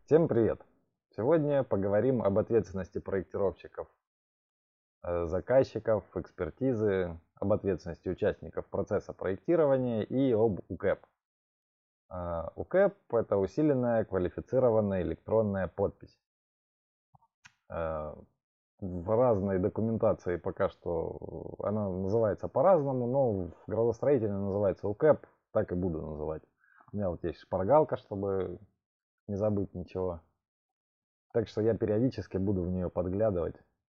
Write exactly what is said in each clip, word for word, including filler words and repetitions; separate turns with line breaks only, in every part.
Всем привет! Сегодня поговорим об ответственности проектировщиков, э, заказчиков, экспертизы, об ответственности участников процесса проектирования и об УКЭП. А, УКЭП– это усиленная квалифицированная электронная подпись. Э, В разной документации пока что она называется по-разному, но в градостроительной называется УКЭП, так и буду называть. У меня вот есть шпаргалка, чтобы не забыть ничего. Так что я периодически буду в нее подглядывать.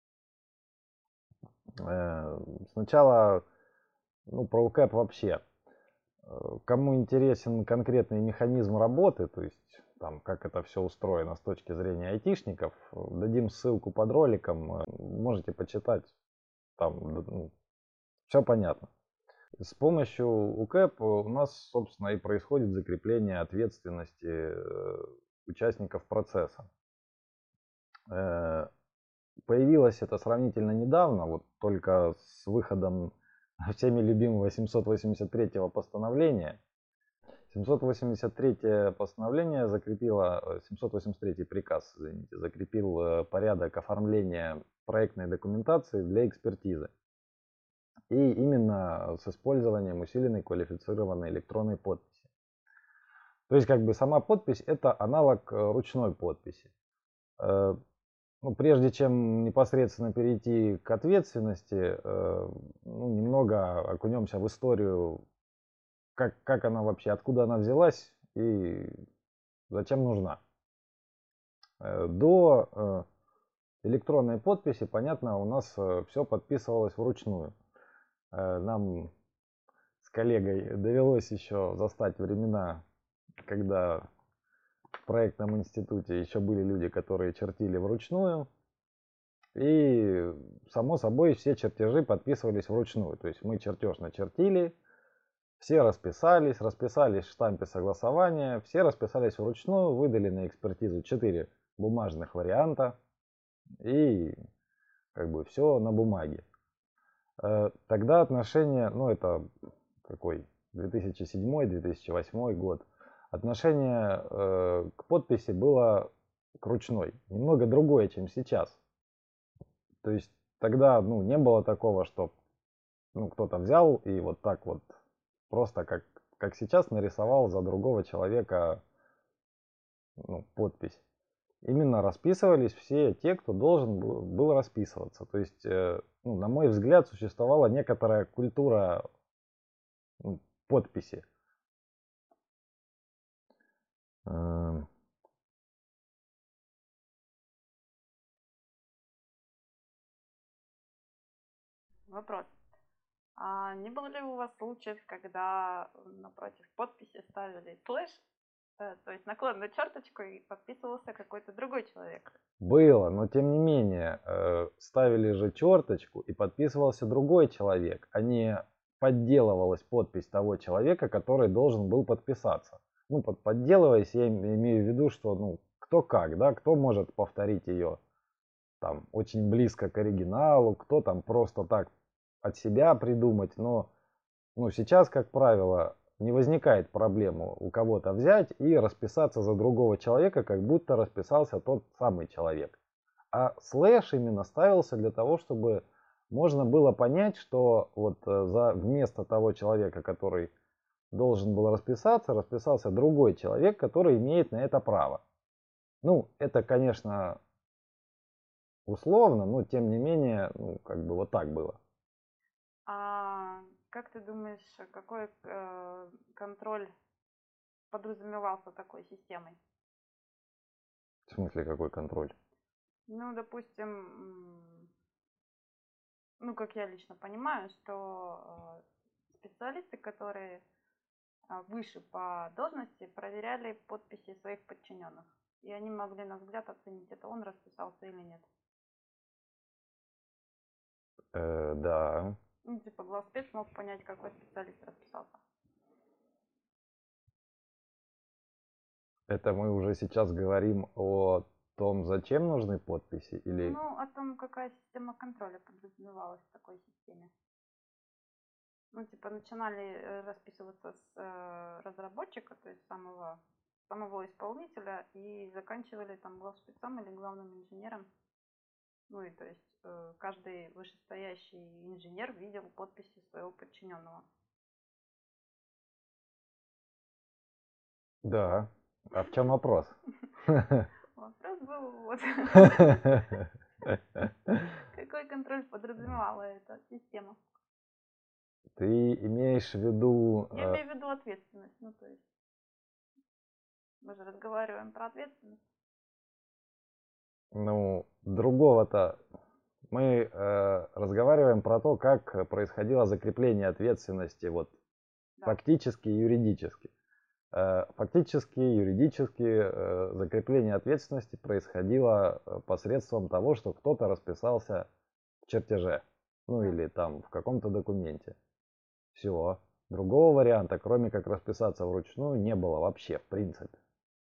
Э, Сначала, ну, про УКЭП вообще. Э, Кому интересен конкретный механизм работы, то есть там, как это все устроено с точки зрения айтишников, э, дадим ссылку под роликом, э, можете почитать, там ну, все понятно. С помощью УКЭП у нас, собственно, и происходит закрепление ответственности э, участников процесса. Э, Появилось это сравнительно недавно, вот только с выходом всеми любимого семьсот восемьдесят третьего постановления. семьсот восемьдесят третье постановление закрепило, семьсот восемьдесят третий приказ, извините, закрепил э, порядок оформления проектной документации для экспертизы. И именно с использованием усиленной квалифицированной электронной подписи. То есть как бы сама подпись это аналог э, ручной подписи. Э, Ну, прежде чем непосредственно перейти к ответственности, э, ну, немного окунемся в историю, как, как она вообще, откуда она взялась и зачем нужна. Э, До э, электронной подписи, понятно, у нас все подписывалось вручную. Э, Нам с коллегой довелось еще застать времена, когда в проектном институте еще были люди, которые чертили вручную. И, само собой, все чертежи подписывались вручную. То есть мы чертеж начертили, все расписались, расписались в штампе согласования, все расписались вручную, выдали на экспертизу четыре бумажных варианта и как бы все на бумаге. Э, Тогда отношение, ну это какой, две тысячи седьмой — две тысячи восьмой год, отношение э, к подписи было к ручной, немного другое, чем сейчас. То есть тогда ну, не было такого, что ну, кто-то взял и вот так вот просто как, как сейчас нарисовал за другого человека ну, подпись. Именно расписывались все те, кто должен был, был расписываться. То есть, э, ну, на мой взгляд, существовала некоторая культура ну, подписи. Эм,
Вопрос. А не было ли у вас случаев, когда напротив подписи ставили слэш, э, то есть наклонную черточку и подписывался какой-то другой человек?
Было, но тем не менее, э, ставили же черточку и подписывался другой человек, а не подделывалась подпись того человека, который должен был подписаться. Ну, под подделываясь, я имею в виду, что ну, кто как, да, кто может повторить ее там очень близко к оригиналу, кто там просто так от себя придумать, но ну, сейчас, как правило, не возникает проблемы у кого-то взять и расписаться за другого человека, как будто расписался тот самый человек. А слэш именно ставился для того, чтобы можно было понять, что вот э, за, вместо того человека, который должен был расписаться, расписался другой человек, который имеет на это право. Ну, это, конечно, условно, но тем не менее, ну, как бы вот так было.
А как ты думаешь, какой э, контроль подразумевался такой системой?
В смысле, какой контроль?
Ну, допустим, м, ну, как я лично понимаю, что э, специалисты, которые а, выше по должности, проверяли подписи своих подчиненных. И они могли на взгляд оценить, это он расписался или нет.
Э, да.
Ну, типа главспец мог понять, какой специалист расписался.
Это мы уже сейчас говорим о том, зачем нужны подписи или...
Ну, о том, какая система контроля подразумевалась в такой системе. Ну, типа начинали э, расписываться с э, разработчика, то есть самого самого исполнителя и заканчивали там главспецом или главным инженером. Ну и то есть э, каждый вышестоящий инженер видел подписи своего подчиненного.
Да. А в чем вопрос?
Вопрос был вот. Какой контроль подразумевала эта система?
Ты имеешь в виду...
Я
э,
имею в виду ответственность. Ну, то есть мы же разговариваем про ответственность.
Ну, другого-то... Мы э, разговариваем про то, как происходило закрепление ответственности вот
Да.
фактически и юридически. Э, фактически, юридически э, закрепление ответственности происходило э, посредством того, что кто-то расписался в чертеже, ну
Да.
или там в каком-то документе. Все. Другого варианта, кроме как расписаться вручную, не было вообще, в принципе.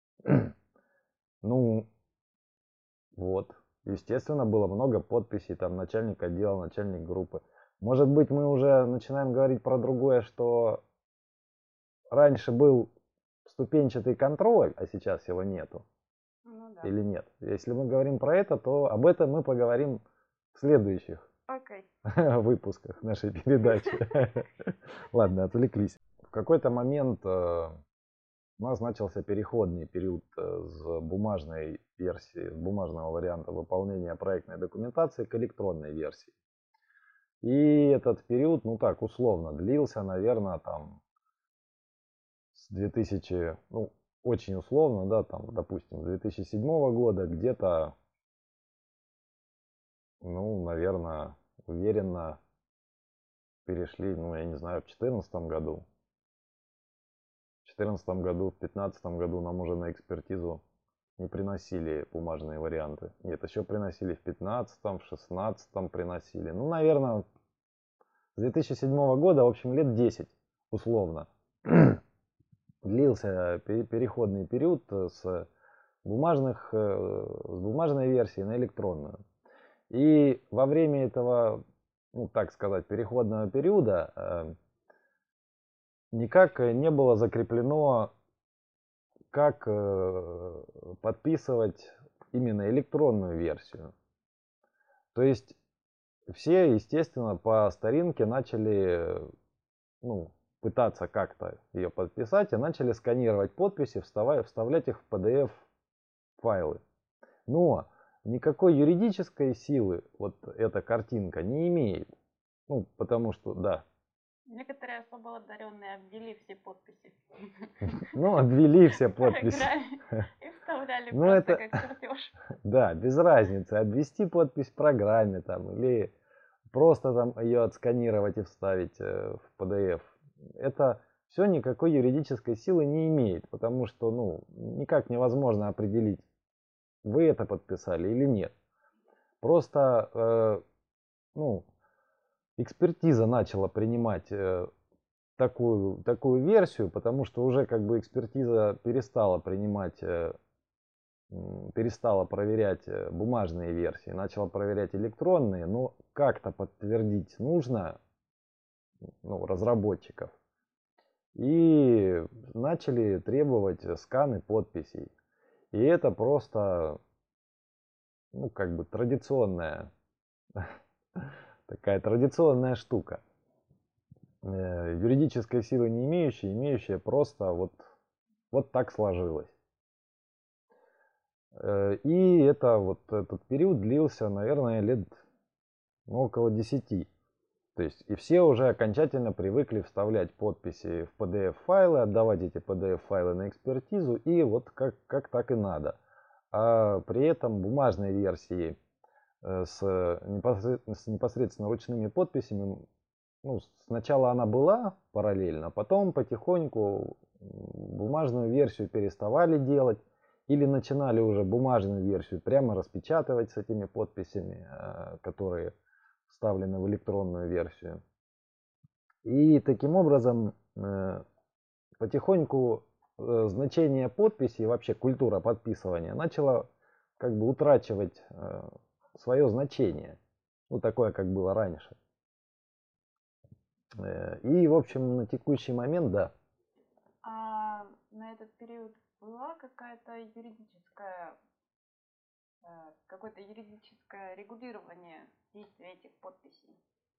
Ну, вот. Естественно, было много подписей, там начальник отдела, начальник группы. Может быть, мы уже начинаем говорить про другое, что раньше был ступенчатый контроль, а сейчас его нету.
Ну да.
Или нет? Если мы говорим про это, то об этом мы поговорим в следующих
Окей.
выпусках нашей передачи. Ладно, отвлеклись. В какой-то момент э, у нас начался переходный период э, с бумажной версии, с бумажного варианта выполнения проектной документации к электронной версии. И этот период, ну так, условно длился, наверное, там с две тысячи, ну, очень условно, да, там, допустим, с две тысячи седьмого года где-то, ну, наверное, уверенно перешли, ну, я не знаю, в четырнадцатом году. В четырнадцатом году, в пятнадцатом году нам уже на экспертизу не приносили бумажные варианты. Нет, еще приносили в пятнадцатом, в шестнадцатом приносили. Ну, наверное, с две тысячи седьмого года, в общем, лет десять, условно, длился переходный период с бумажных, с бумажной версии на электронную. И во время этого, ну, так сказать, переходного периода никак не было закреплено, как подписывать именно электронную версию. То есть все, естественно, по старинке начали, ну, пытаться как-то ее подписать и начали сканировать подписи, вставая, вставлять их в пи ди эф файлы. Но никакой юридической силы вот эта картинка не имеет. Ну, потому что, да.
Некоторые особо одаренные обвели все подписи.
Ну, обвели все подписи.
И вставляли
Ну,
просто
это,
как чертеж.
да, без разницы, обвести подпись в программе там или просто там ее отсканировать и вставить в пи ди эф. Это все никакой юридической силы не имеет, потому что, ну, никак невозможно определить, вы это подписали или нет. Просто, э, ну, экспертиза начала принимать э, такую, такую версию, потому что уже как бы экспертиза перестала принимать, э, перестала проверять бумажные версии, начала проверять электронные, но как-то подтвердить нужно, ну, разработчиков. И начали требовать сканы подписей. И это просто, ну, как бы традиционная, такая традиционная штука. Юридической силы не имеющая, имеющая просто вот, вот так сложилось. И это вот этот период длился, наверное, лет, ну, около десяти. То есть и все уже окончательно привыкли вставлять подписи в пи ди эф файлы, отдавать эти пи ди эф файлы на экспертизу, и вот как, как так и надо. А при этом бумажной версии с непосредственно, с непосредственно ручными подписями, ну, сначала она была параллельно, потом потихоньку бумажную версию переставали делать или начинали уже бумажную версию прямо распечатывать с этими подписями, которые вставлены в электронную версию. И таким образом потихоньку значение подписи и вообще культура подписывания начала как бы утрачивать свое значение. Ну, такое, как было раньше. И, в общем, на текущий момент, да.
А на этот период была какая-то юридическая, э, какое-то юридическое регулирование действия этих подписей?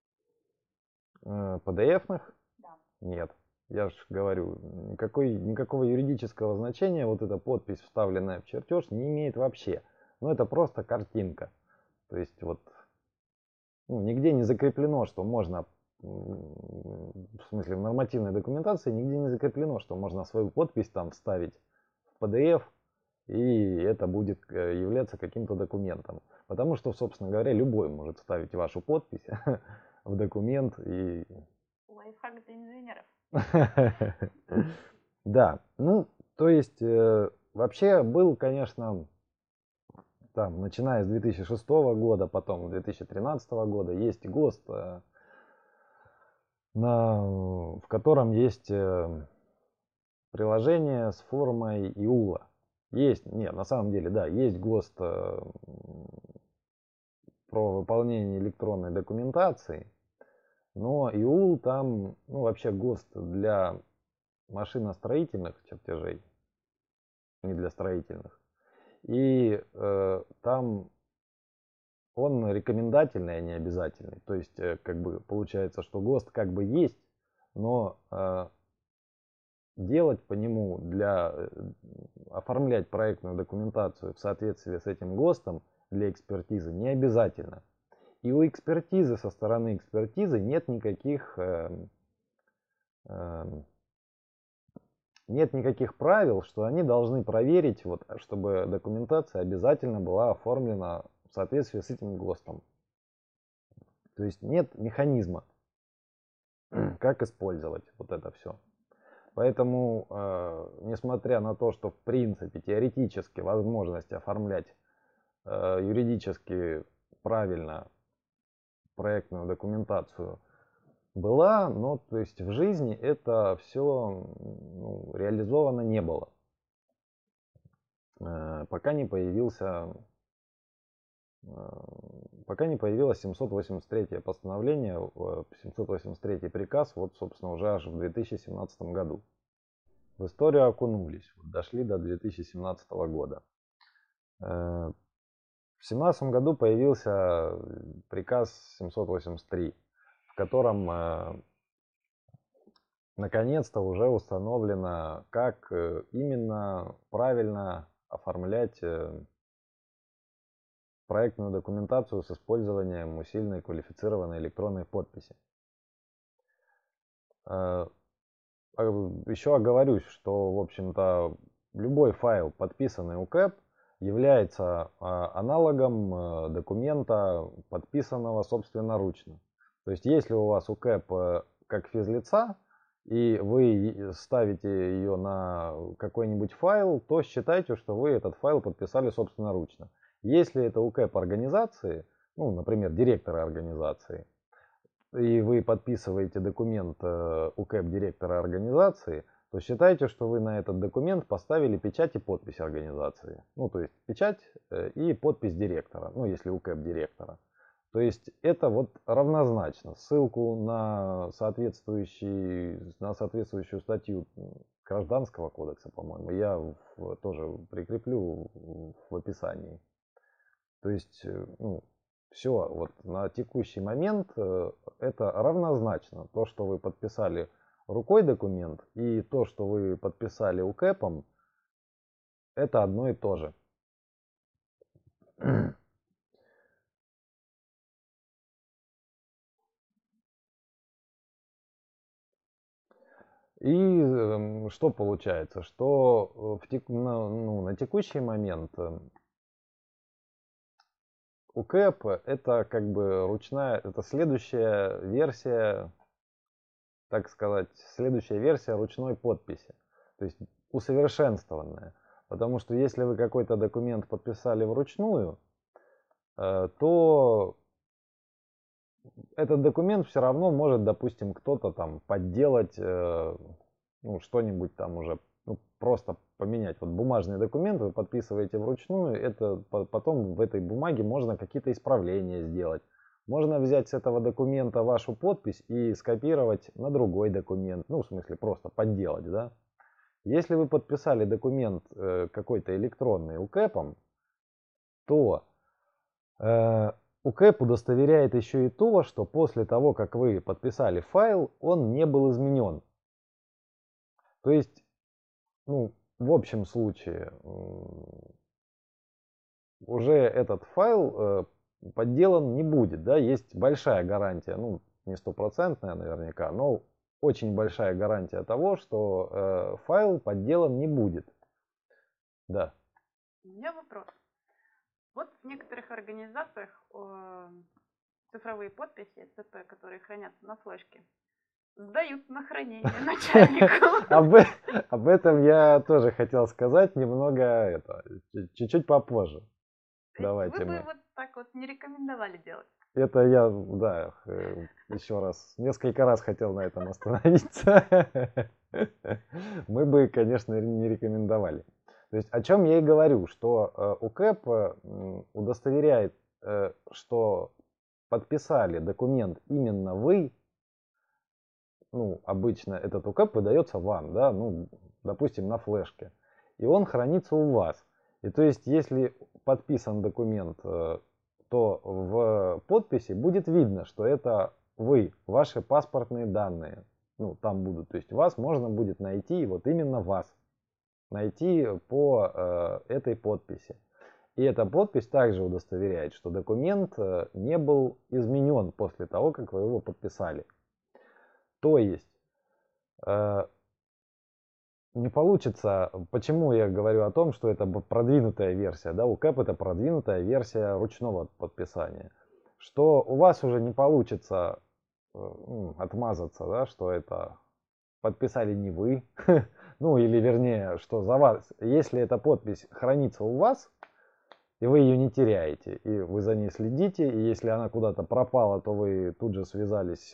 Э, пи ди эф-ных?
Да.
Нет. Я же говорю, никакой, никакого юридического значения вот эта подпись, вставленная в чертеж, не имеет вообще. Ну, это просто картинка. То есть вот, ну, нигде не закреплено, что можно, в смысле в нормативной документации, нигде не закреплено, что можно свою подпись там вставить в пи ди эф, и это будет являться каким-то документом. Потому что, собственно говоря, любой может вставить вашу подпись в документ и...
Лайфхак для инженеров.
Да, ну, то есть, э, вообще был, конечно, там, начиная с две тысячи шестого года, потом две тысячи тринадцатого года, есть ГОСТ, э, на, в котором есть э, приложение с формой иула. Есть, нет, на самом деле, да, есть ГОСТ э, про выполнение электронной документации, но иул там, ну, вообще ГОСТ для машиностроительных чертежей, не для строительных. И э, там он рекомендательный, а не обязательный. То есть, э, как бы получается, что ГОСТ как бы есть, но э, делать по нему для э, оформлять проектную документацию в соответствии с этим ГОСТом для экспертизы не обязательно. И у экспертизы, со стороны экспертизы нет никаких э, э, нет никаких правил, что они должны проверить, вот, чтобы документация обязательно была оформлена в соответствии с этим ГОСТом. То есть нет механизма, как использовать вот это все. Поэтому, э, несмотря на то, что в принципе теоретически возможность оформлять э, юридически правильно проектную документацию была, но то есть в жизни это все, ну, реализовано не было, э, пока не появился пока не появилось семьсот восемьдесят третье постановление, семьсот восемьдесят третий приказ, вот, собственно, уже аж в две тысячи семнадцатом году. В историю окунулись, вот, дошли до две тысячи семнадцатого года. В две тысячи семнадцатом году появился приказ семьсот восемьдесят три, в котором наконец-то уже установлено, как именно правильно оформлять проектную документацию с использованием усиленной квалифицированной электронной подписи. Еще оговорюсь, что, в общем-то, любой файл, подписанный УКЭП, является аналогом документа, подписанного собственноручно. То есть, если у вас УКЭП как физлица, и вы ставите ее на какой-нибудь файл, то считайте, что вы этот файл подписали собственноручно. Если это УКЭП организации, ну, например, директора организации, и вы подписываете документ УКЭП директора организации, то считайте, что вы на этот документ поставили печать и подпись организации. Ну, то есть печать и подпись директора, ну, если УКЭП директора. То есть это вот равнозначно. Ссылку на, соответствующий, на соответствующую статью Гражданского кодекса, по-моему, я в, тоже прикреплю в описании. То есть, ну, все, вот на текущий момент это равнозначно. То, что вы подписали рукой документ, и то, что вы подписали УКЭПом, это одно и то же. И что получается? Что в тек... на, ну, на текущий момент УКЭП это как бы ручная, это следующая версия, так сказать, следующая версия ручной подписи. То есть усовершенствованная. Потому что если вы какой-то документ подписали вручную, то этот документ все равно может, допустим, кто-то там подделать, ну, что-нибудь там уже, ну, просто поменять. Вот бумажный документ вы подписываете вручную, это потом в этой бумаге можно какие-то исправления сделать. Можно взять с этого документа вашу подпись и скопировать на другой документ. Ну, в смысле, просто подделать, да. Если вы подписали документ э, какой-то электронный УКЭПом, то э, УКЭП удостоверяет еще и то, что после того, как вы подписали файл, он не был изменен. То есть, ну, в общем случае, уже этот файл э, подделан не будет, да, есть большая гарантия, ну, не стопроцентная наверняка, но очень большая гарантия того, что э, файл подделан не будет. Да.
У меня вопрос. Вот в некоторых организациях э, цифровые подписи, ЦП, которые хранятся на флешке, сдают на хранение начальнику.
Об, об этом я тоже хотел сказать немного, это, чуть-чуть попозже. Давайте
вы бы
мы.
вот так вот не рекомендовали делать?
Это я, да, еще раз, несколько раз хотел на этом остановиться. Мы бы, конечно, не рекомендовали. То есть о чем я и говорю, что УКЭП удостоверяет, что подписали документ именно вы. Ну, обычно этот УКЭП выдается вам, да, ну, допустим, на флешке. И он хранится у вас. И то есть, если подписан документ, то в подписи будет видно, что это вы, ваши паспортные данные. Ну, там будут. То есть, вас можно будет найти, вот именно вас. Найти по э, этой подписи. И эта подпись также удостоверяет, что документ не был изменен после того, как вы его подписали. То есть, э, не получится, почему я говорю о том, что это продвинутая версия, да, УКЭП это продвинутая версия ручного подписания, что у вас уже не получится ну, отмазаться, да, что это подписали не вы, ну или вернее, что за вас, если эта подпись хранится у вас, и вы ее не теряете, и вы за ней следите, и если она куда-то пропала, то вы тут же связались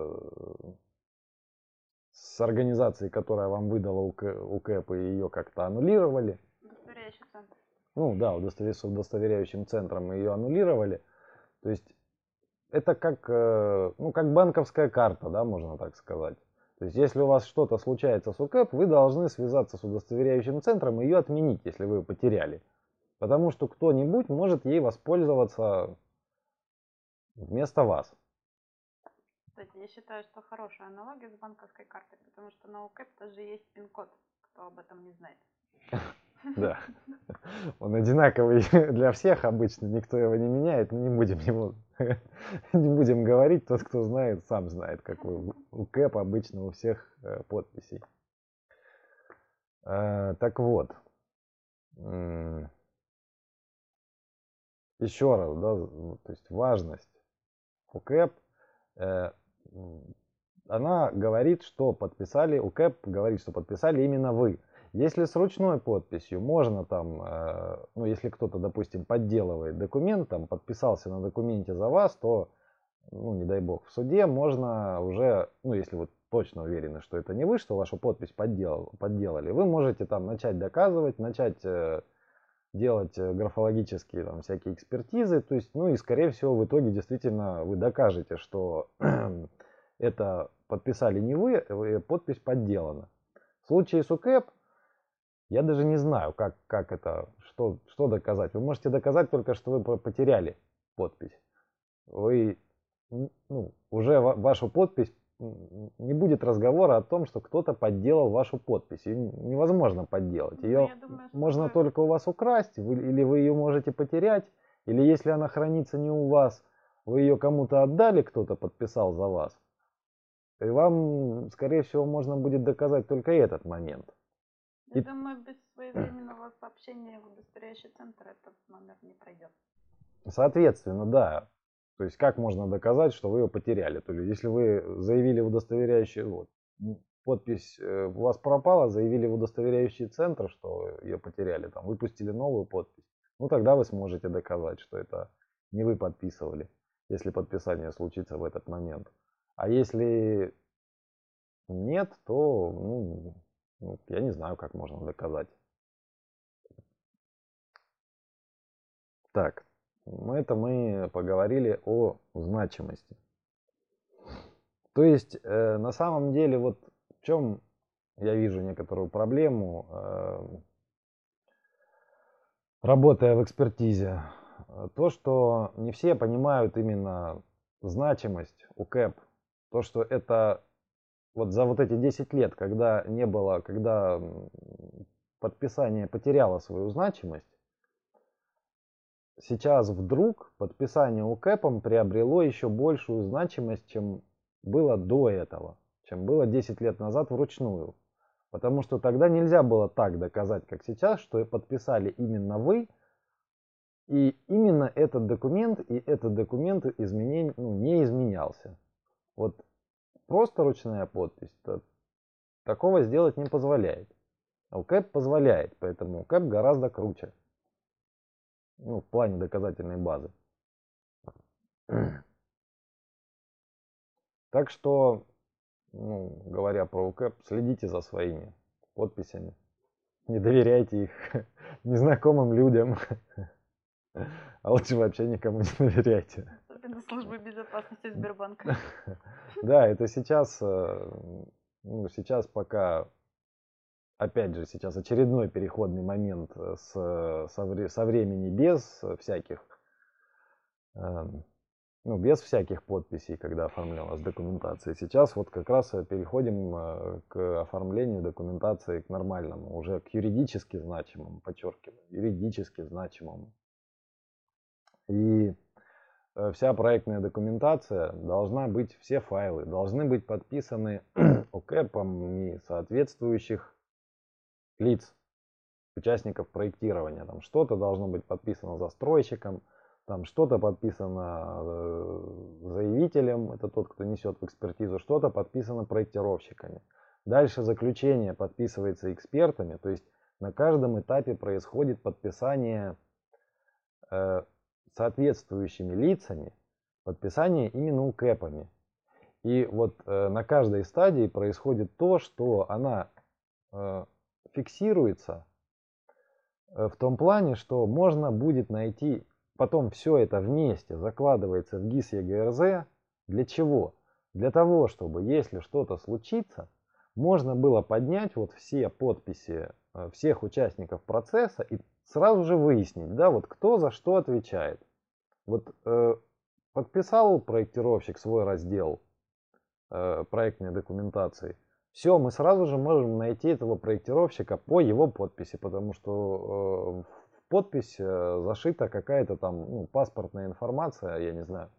с организацией, которая вам выдала УКЭП, и ее как-то аннулировали.
Удостоверяющий центр.
Ну да, с удостоверяющим центром ее аннулировали. То есть это как, ну, как банковская карта, да, можно так сказать. То есть если у вас что-то случается с УКЭП, вы должны связаться с удостоверяющим центром и ее отменить, если вы ее потеряли. Потому что кто-нибудь может ей воспользоваться вместо вас.
Кстати, я считаю, что хорошая аналогия с банковской картой, потому что на УКЭП тоже есть пин-код, кто об этом не знает.
Да, он одинаковый для всех обычно, никто его не меняет, не будем его, не будем говорить, тот, кто знает, сам знает, какой УКЭП обычно у всех подписей. Так вот, еще раз, да, то есть важность УКЭП, она говорит, что подписали, УКЭП говорит, что подписали именно вы. Если с ручной подписью можно там, ну если кто-то, допустим, подделывает документ, там подписался на документе за вас, то, ну не дай бог, в суде можно уже, ну если вы точно уверены, что это не вы, что вашу подпись подделал, подделали, вы можете там начать доказывать, начать делать графологические там всякие экспертизы, то есть, ну и скорее всего в итоге действительно вы докажете, что это подписали не вы, подпись подделана. В случае с УКЭП я даже не знаю, как, как это, что, что доказать. Вы можете доказать только, что вы потеряли подпись. Вы, ну, уже вашу подпись, не будет разговора о том, что кто-то подделал вашу подпись. Ее невозможно подделать. Ее думаю, можно вы... только у вас украсть, вы, или вы ее можете потерять, или если она хранится не у вас, вы ее кому-то отдали, кто-то подписал за вас. И вам, скорее всего, можно будет доказать только этот момент.
Я и... думаю, без своевременного сообщения в удостоверяющий центр этот номер не пройдет.
Соответственно, да. То есть как можно доказать, что вы ее потеряли? То есть если вы заявили в удостоверяющий, вот, подпись у вас пропала, заявили в удостоверяющий центр, что ее потеряли, там, выпустили новую подпись, ну тогда вы сможете доказать, что это не вы подписывали, если подписание случится в этот момент. А если нет, то, ну, ну, я не знаю, как можно доказать. Так, ну это мы поговорили о значимости. То есть, э, на самом деле, вот в чем я вижу некоторую проблему, э, работая в экспертизе. То, что не все понимают именно значимость у КЭП. То, что это вот за вот эти десять лет, когда не было, когда подписание потеряло свою значимость, сейчас вдруг подписание УКЭПом приобрело еще большую значимость, чем было до этого, чем было десять лет назад вручную. Потому что тогда нельзя было так доказать, как сейчас, что подписали именно вы, и именно этот документ, и этот документ изменень, ну, не изменялся. Вот просто ручная подпись такого сделать не позволяет. А УКЭП позволяет, поэтому УКЭП гораздо круче. Ну, в плане доказательной базы. Так что, ну, говоря про УКЭП, следите за своими подписями. Не доверяйте их незнакомым людям. А лучше вообще никому не доверяйте.
Особенно службы безопасности Сбербанка.
Да, это сейчас, ну, сейчас пока, опять же, сейчас очередной переходный момент с, со, вре, со времени без всяких, ну, без всяких подписей, когда оформлялась документация. Сейчас вот как раз переходим к оформлению документации к нормальному, уже к юридически значимому, подчеркиваю, юридически значимому. И вся проектная документация должна быть, все файлы должны быть подписаны ОКЭПами соответствующих лиц, участников проектирования. Там что-то должно быть подписано застройщиком, там что-то подписано заявителем, это тот, кто несет в экспертизу, что-то подписано проектировщиками. Дальше заключение подписывается экспертами, то есть на каждом этапе происходит подписание э, соответствующими лицами, подписание именно УКЭПами. И вот э, на каждой стадии происходит то, что она э, фиксируется в том плане, что можно будет найти, потом все это вместе закладывается в ГИС ЕГРЗ. Для чего? Для того, чтобы, если что-то случится, можно было поднять вот все подписи всех участников процесса и сразу же выяснить, да, вот кто за что отвечает. Вот э, подписал проектировщик свой раздел э, проектной документации, все, мы сразу же можем найти этого проектировщика по его подписи, потому что э, в подпись э, зашита какая-то там, ну, паспортная информация, я не знаю.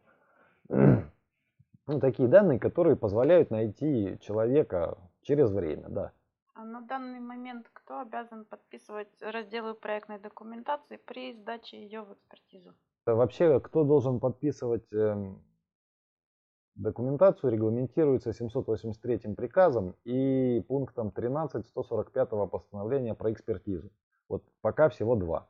Ну, такие данные, которые позволяют найти человека через время, да.
А на данный момент кто обязан подписывать разделы проектной документации при сдаче ее в экспертизу?
Вообще, кто должен подписывать э, документацию, регламентируется семьсот восемьдесят третьим приказом и пунктом тринадцать сто сорок пятого постановления про экспертизу. Вот пока всего два.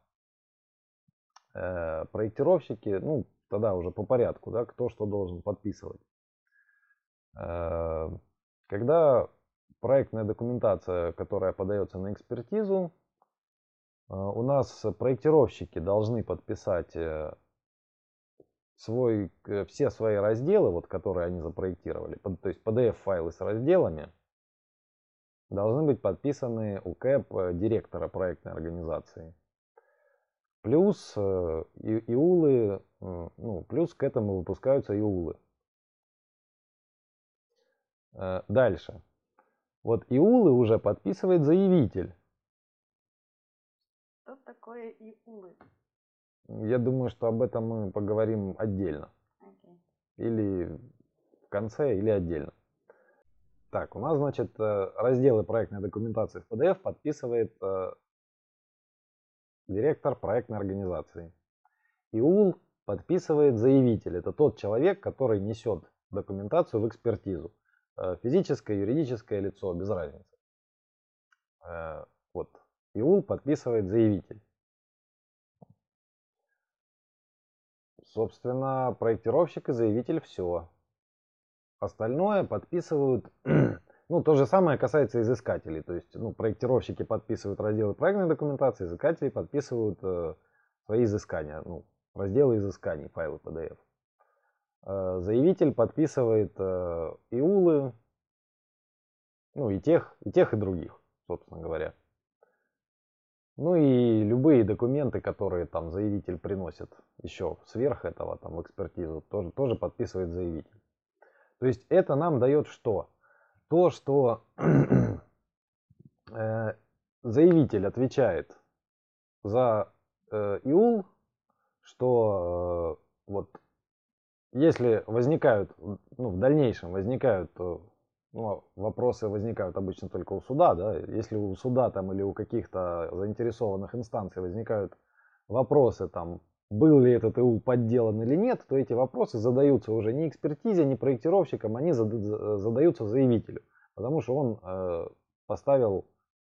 Э, проектировщики, ну, тогда уже по порядку, да, кто что должен подписывать. Э, когда проектная документация, которая подается на экспертизу, э, у нас проектировщики должны подписать э, свой, э, все свои разделы, вот, которые они запроектировали, под, то есть пи ди эф-файлы с разделами, должны быть подписаны УКЭП э, директора проектной организации. Плюс э, и, иулы, э, ну, плюс к этому выпускаются иулы. Э, дальше. Вот иулы уже подписывает заявитель.
Что такое иулы?
Я думаю, что об этом мы поговорим отдельно.
Okay.
Или в конце, или отдельно. Так, у нас, значит, разделы проектной документации в пи ди эф подписывает э, директор проектной организации. иул подписывает заявитель. Это тот человек, который несет документацию в экспертизу. Э, физическое, юридическое лицо, без разницы. Э, вот. иул подписывает заявитель. Собственно, проектировщик и заявитель все. Остальное подписывают, ну, то же самое касается изыскателей. То есть, ну, проектировщики подписывают разделы проектной документации, изыскатели подписывают э, свои изыскания, ну, разделы изысканий, файлы пи ди эф. Э, заявитель подписывает э, иулы, Ну и тех, и тех, и других, собственно говоря. Ну и любые документы, которые там заявитель приносит еще сверх этого, там в экспертизу, тоже, тоже подписывает заявитель. То есть это нам дает что? То, что э, заявитель отвечает за э, ИУЛ, что э, вот если возникают, ну, в дальнейшем возникают, ну, вопросы возникают обычно только у суда, да, если у суда там или у каких-то заинтересованных инстанций возникают вопросы там, был ли этот ИУЛ подделан или нет, то эти вопросы задаются уже не экспертизе, не проектировщикам, они задаются заявителю, потому что он э, поставил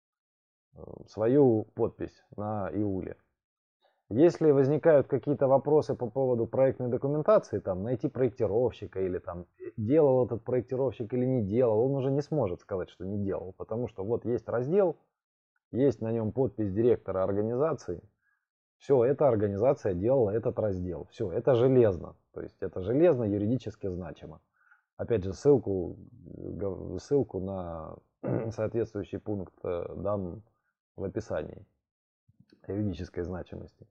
свою подпись на ИУЛе. Если возникают какие-то вопросы по поводу проектной документации, там найти проектировщика или там делал этот проектировщик или не делал, он уже не сможет сказать, что не делал, потому что вот есть раздел, есть на нем подпись директора организации, все, эта организация делала этот раздел, все, это железно, то есть это железно юридически значимо. Опять же, ссылку, ссылку на соответствующий пункт дам в описании юридической значимости.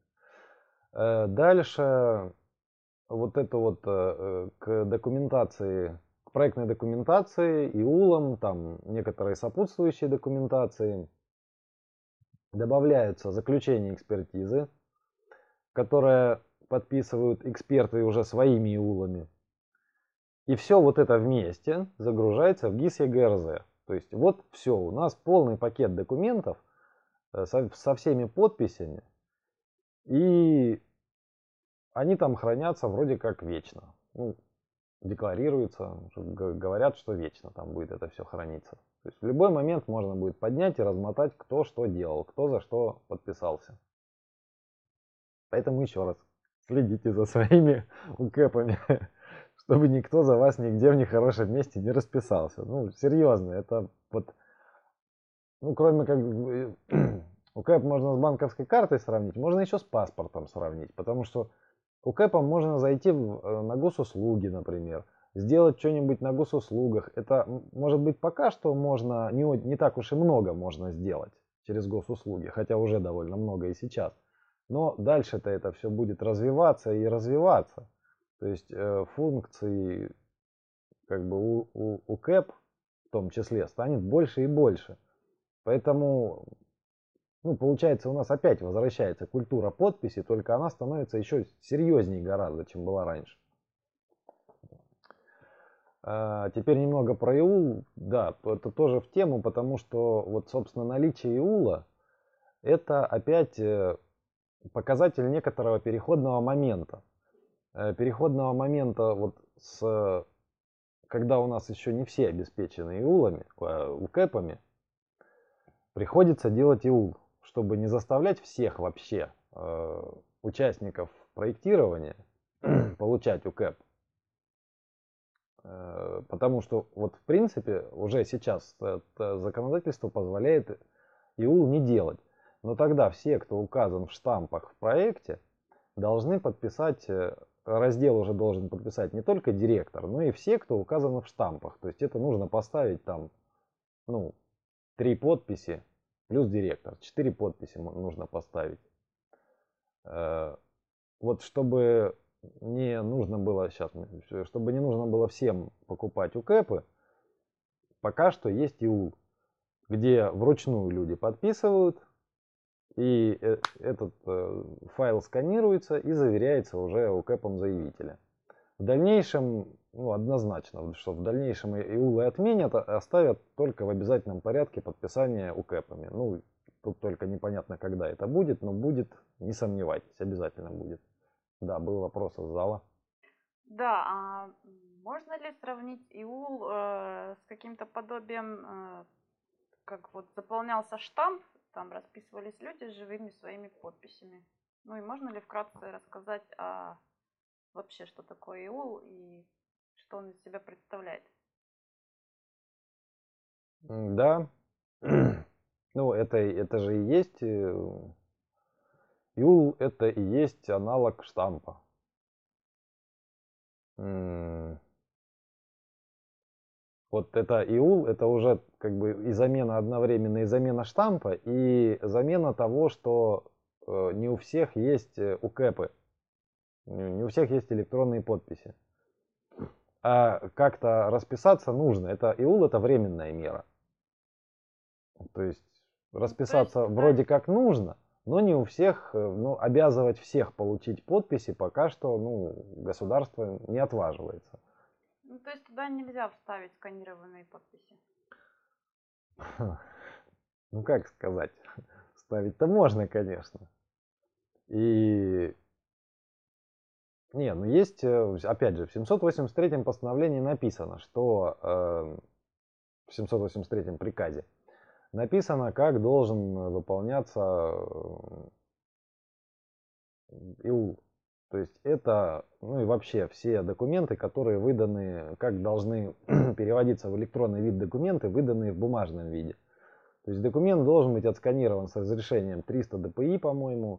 Дальше вот это вот к документации, к проектной документации, ИУЛам, там некоторые сопутствующие документации, добавляются заключения экспертизы, которые подписывают эксперты уже своими ИУЛами. И все вот это вместе загружается в ГИС ЕГРЗ. То есть вот все, у нас полный пакет документов со, со всеми подписями. И они там хранятся вроде как вечно. Ну, декларируется, говорят, что вечно там будет это все храниться. То есть в любой момент можно будет поднять и размотать, кто что делал, кто за что подписался. Поэтому еще раз, следите за своими УКЭПами, чтобы никто за вас нигде в нехорошем месте не расписался. Ну, серьезно, это вот, ну, кроме как УКЭП можно с банковской картой сравнить, можно еще с паспортом сравнить, потому что УКЭПом можно зайти в, на госуслуги, например, сделать что-нибудь на госуслугах. Это, может быть, пока что можно, не, не так уж и много можно сделать через госуслуги, хотя уже довольно много и сейчас. Но дальше-то это все будет развиваться и развиваться. То есть э, функций как бы у, у, УКЭП в том числе станет больше и больше. Поэтому, ну, получается, у нас опять возвращается культура подписи, только она становится еще серьезнее гораздо, чем была раньше. А теперь немного про ИУЛ. Да, это тоже в тему, потому что вот, собственно, наличие ИУЛа это опять показатель некоторого переходного момента. Переходного момента вот с, когда у нас еще не все обеспечены ИУЛами, УКЭПами, приходится делать ИУЛ, чтобы не заставлять всех вообще э, участников проектирования получать УКЭП. Э, потому что вот в принципе уже сейчас законодательство позволяет ИУЛ не делать. Но тогда все, кто указан в штампах в проекте, должны подписать, раздел уже должен подписать не только директор, но и все, кто указан в штампах. То есть это нужно поставить там, ну, три подписи плюс директор. Четыре подписи нужно поставить. Вот чтобы не нужно было сейчас, чтобы не нужно было всем покупать УКЭПы, пока что есть ИУЛ, где вручную люди подписывают, и этот файл сканируется и заверяется уже УКЭПом заявителя. В дальнейшем, ну, однозначно, что в дальнейшем ИУЛы отменят, оставят только в обязательном порядке подписание УКЭПами. Ну, тут только непонятно, когда это будет, но будет, не сомневайтесь, обязательно будет. Да, был вопрос из зала.
Да, а можно ли сравнить ИУЛ э, с каким-то подобием, э, как вот заполнялся штамп, там расписывались люди с живыми своими подписями? Ну и можно ли вкратце рассказать о вообще, что такое ИУЛ и что он из себя представляет?
Да, ну это, это же и есть, ИУЛ это и есть аналог штампа. Вот это ИУЛ, это уже как бы и замена одновременно, и замена штампа, и замена того, что э, не у всех есть УКЭПы, не, не у всех есть электронные подписи. А как-то расписаться нужно. Это ИУЛ, это временная мера. То есть расписаться
То есть,
вроде как нужно, но не у всех, ну, обязывать всех получить подписи пока что, ну, государство не отваживается.
Ну, то есть туда нельзя вставить сканированные подписи.
Ну, как сказать, вставить-то можно, конечно. И не, ну есть, опять же, в семьсот восемьдесят третьем постановлении написано, что э, в семьсот восемьдесят третьем приказе написано, как должен выполняться ИУЛ. То есть это, ну и вообще все документы, которые выданы, как должны переводиться в электронный вид документы, выданные в бумажном виде. То есть документ должен быть отсканирован с разрешением триста дэ пэ и, по-моему,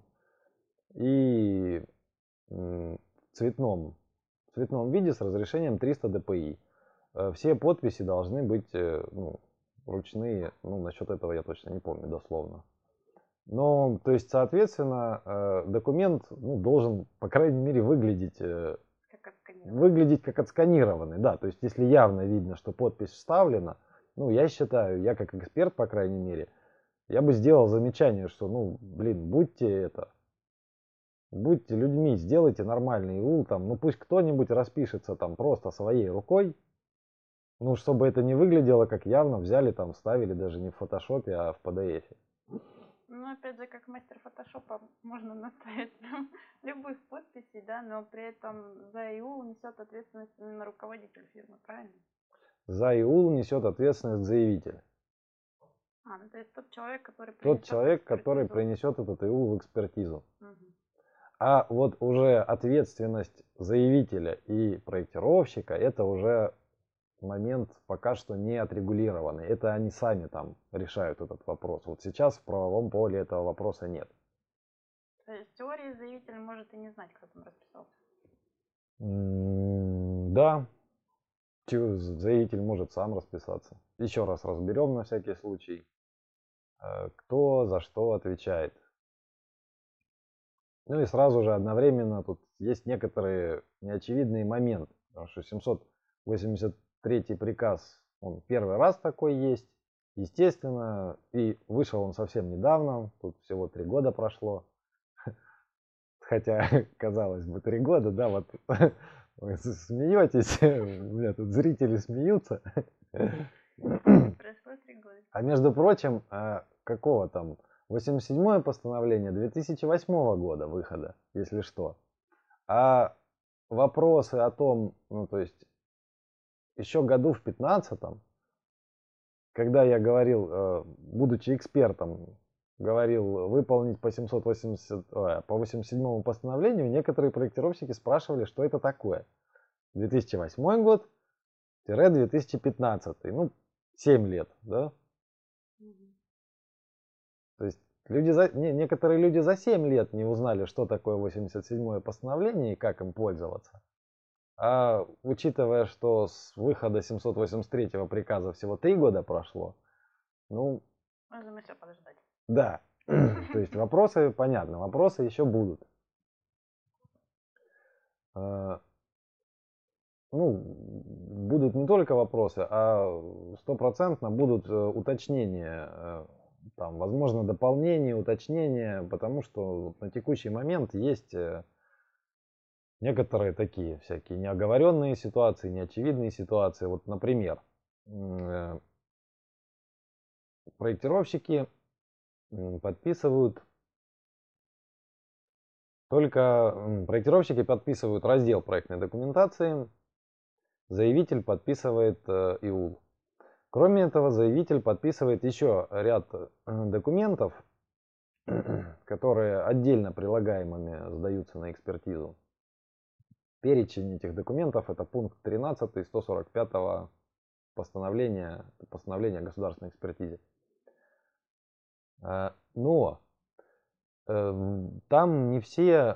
и в цветном, в цветном виде с разрешением триста дэ пэ и. Все подписи должны быть, ну, ручные. Ну, насчет этого я точно не помню дословно. Но, то есть, соответственно, документ, ну, должен, по крайней мере, выглядеть
как
выглядеть как отсканированный. Да, то есть, если явно видно, что подпись вставлена, ну, я считаю, я как эксперт, по крайней мере, я бы сделал замечание, что, ну, блин, будьте это, будьте людьми, сделайте нормальный ИУЛ, там, ну, пусть кто-нибудь распишется там просто своей рукой, ну, чтобы это не выглядело, как явно взяли там, вставили даже не в фотошопе, а в пэ дэ эфе.
Ну, опять же, как мастер фотошопа можно наставить любых подписей, да, но при этом за ИУЛ несет ответственность именно руководитель фирмы, правильно?
За ИУЛ несет ответственность заявитель.
А, ну то есть тот человек, который
Тот
принесет
человек,
экспертизу.
который принесет этот ИУЛ в экспертизу.
Угу.
А вот уже ответственность заявителя и проектировщика, это уже момент пока что не отрегулированный. Это они сами там решают этот вопрос. Вот сейчас в правовом поле этого вопроса нет.
То есть в теории заявитель может и не знать, кто там расписался.
Да, заявитель может сам расписаться. Еще раз разберем на всякий случай, кто за что отвечает. Ну и сразу же одновременно тут есть некоторые неочевидные моменты, потому что семьсот восемьдесят третий приказ, он первый раз такой есть, естественно, и вышел он совсем недавно, тут всего три года прошло, хотя, казалось бы, три года, да, вот вы смеетесь, у меня тут зрители смеются.
Прошло три года.
А между прочим, какого там, восемьдесят седьмое постановление две тысячи восьмого года выхода, если что. А вопросы о том, ну то есть еще году в пятнадцатом, когда я говорил, будучи экспертом, говорил выполнить по семьсот восемьдесят, по восемьдесят седьмому постановлению, некоторые проектировщики спрашивали, что это такое. две тысячи восьмой год две тысячи пятнадцатый, ну семь лет, да? Угу. То есть люди за, не, некоторые люди за семь лет не узнали, что такое восемьдесят седьмое постановление и как им пользоваться. А учитывая, что с выхода семьсот восемьдесят третьего приказа всего три года прошло, ну...
Можно еще подождать.
Да, то есть вопросы, понятно, вопросы еще будут. Ну, будут не только вопросы, а стопроцентно будут уточнения, там, возможно, дополнения, уточнения, потому что на текущий момент есть некоторые такие всякие неоговоренные ситуации, неочевидные ситуации. Вот, например, проектировщики подписывают только проектировщики подписывают раздел проектной документации, заявитель подписывает ИУЛ. Кроме этого, заявитель подписывает еще ряд документов, которые отдельно прилагаемыми сдаются на экспертизу. Перечень этих документов — это пункт тринадцатый сто сорок пятого постановления, постановления о государственной экспертизе. Но там не все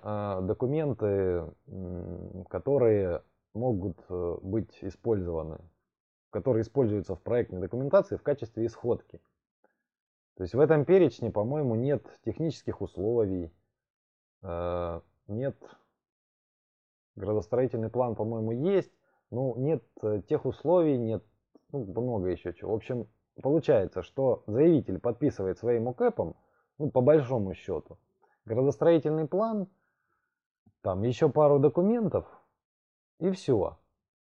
документы, которые могут быть использованы в которые используются в проектной документации в качестве исходки. То есть в этом перечне, по-моему, нет технических условий, нет, градостроительный план, по-моему, есть, но нет тех условий, нет, ну, много еще чего. В общем, получается, что заявитель подписывает своим ОКЭПом, ну, по большому счету, градостроительный план, там еще пару документов и все.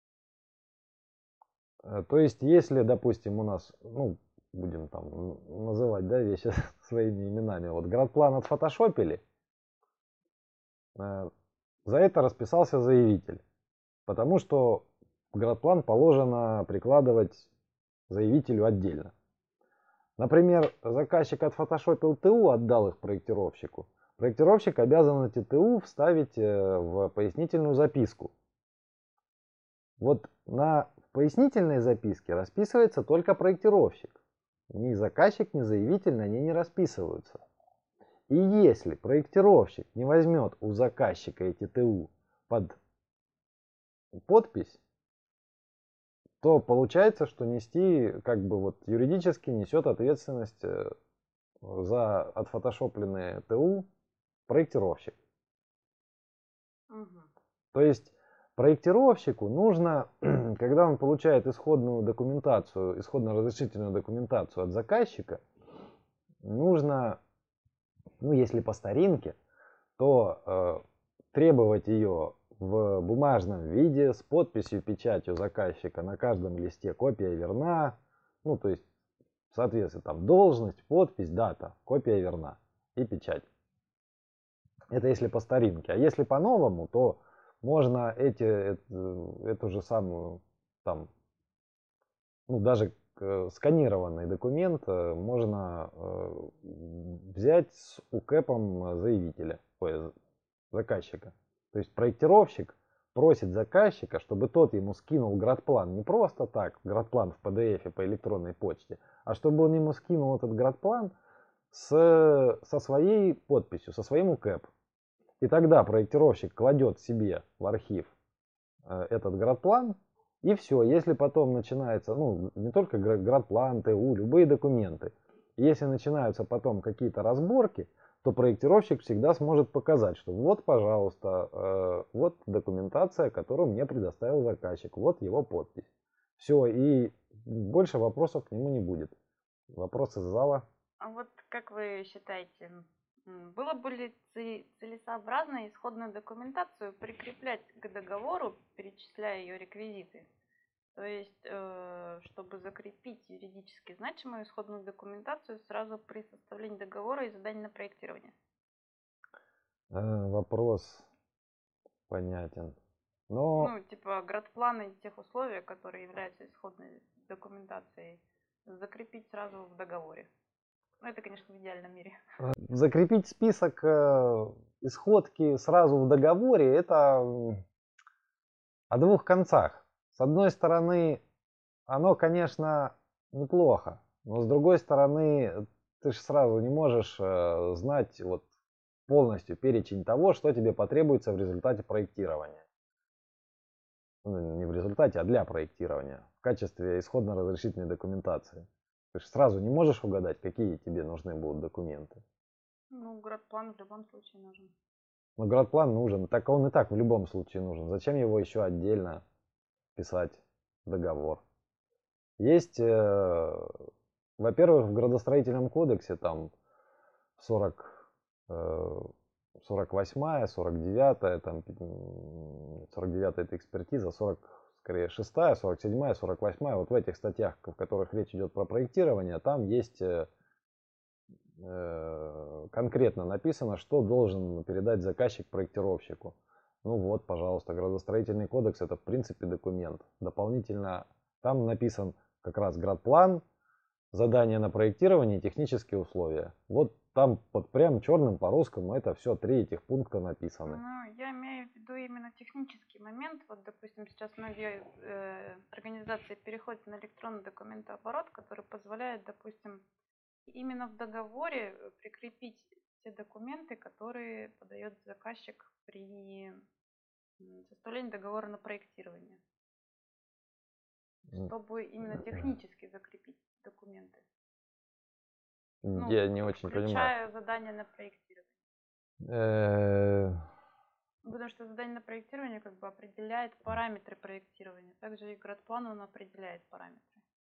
То есть, если, допустим, у нас, ну, будем там называть, да, вещи своими именами, вот градплан отфотошопили, за это расписался заявитель, потому что градплан положено прикладывать заявителю отдельно. Например, заказчик отфотошопил ТУ, отдал их проектировщику. Проектировщик обязан эти ТУ вставить в пояснительную записку. Вот на пояснительной записке расписывается только проектировщик. Ни заказчик, ни заявитель на ней не расписываются. И если проектировщик не возьмет у заказчика эти ТУ под подпись, то получается, что нести, как бы вот юридически несет ответственность за отфотошопленные ТУ проектировщик.
Угу.
То есть проектировщику нужно, когда он получает исходную документацию, исходно-разрешительную документацию от заказчика, нужно, ну если по старинке, то э, требовать ее в бумажном виде с подписью, печатью заказчика на каждом листе, копия верна, ну то есть в соответствии там должность, подпись, дата, копия верна и печать. Это если по старинке. А если по новому, то можно эти, эту, эту же самую там, ну даже сканированный документ можно э, взять с УКЭПом заявителя, ой, заказчика. То есть проектировщик просит заказчика, чтобы тот ему скинул градплан не просто так, градплан в пи ди эф по электронной почте, а чтобы он ему скинул этот градплан с, со своей подписью, со своим УКЭП. И тогда проектировщик кладет себе в архив э, этот градплан, и все. Если потом начинается, ну, не только градплан, ТУ, любые документы, если начинаются потом какие-то разборки, то проектировщик всегда сможет показать, что вот, пожалуйста, э, вот документация, которую мне предоставил заказчик, вот его подпись. Все, и больше вопросов к нему не будет. Вопросы из зала?
А вот как вы считаете, было бы ли целесообразно исходную документацию прикреплять к договору, перечисляя ее реквизиты? То есть, э, чтобы закрепить юридически значимую исходную документацию сразу при составлении договора и задания на проектирование?
Э, вопрос понятен. Но...
Ну, типа градпланы тех условий, которые являются исходной документацией, закрепить сразу в договоре. Ну, это, конечно, в идеальном мире.
Закрепить список э, исходки сразу в договоре — это о двух концах. С одной стороны, оно, конечно, неплохо, но с другой стороны, ты же сразу не можешь э, знать вот полностью перечень того, что тебе потребуется в результате проектирования. Ну, не в результате, а для проектирования, в качестве исходно-разрешительной документации. Ты же сразу не можешь угадать, какие тебе нужны будут документы.
Ну, градплан в любом случае нужен.
Но градплан нужен, так он и так в любом случае нужен. Зачем его еще отдельно писать договор? Есть, э, во-первых, в градостроительном кодексе там сорок, э, сорок восьмая, сорок девятая, там сорок девятая это экспертиза, сорок, скорее шестая, сорок седьмая, сорок восьмая, вот в этих статьях, в которых речь идет про проектирование, там есть э, конкретно написано, что должен передать заказчик проектировщику. Ну вот, пожалуйста, градостроительный кодекс — это в принципе документ. Дополнительно там написан как раз градплан, задание на проектирование и технические условия. Вот там под прям черным по русскому это все, три этих пункта написаны.
Ну, я имею в виду именно технический момент. Вот, допустим, сейчас многие э, организации переходят на электронный документооборот, который позволяет, допустим, именно в договоре прикрепить те документы, которые подает заказчик при составлении договора на проектирование. чтобы именно технически закрепить документы.
Ну, я не очень
включая
понимаю.
Включая задание на проектирование. Потому что задание на проектирование как бы определяет параметры проектирования. Также и градплан он определяет параметры.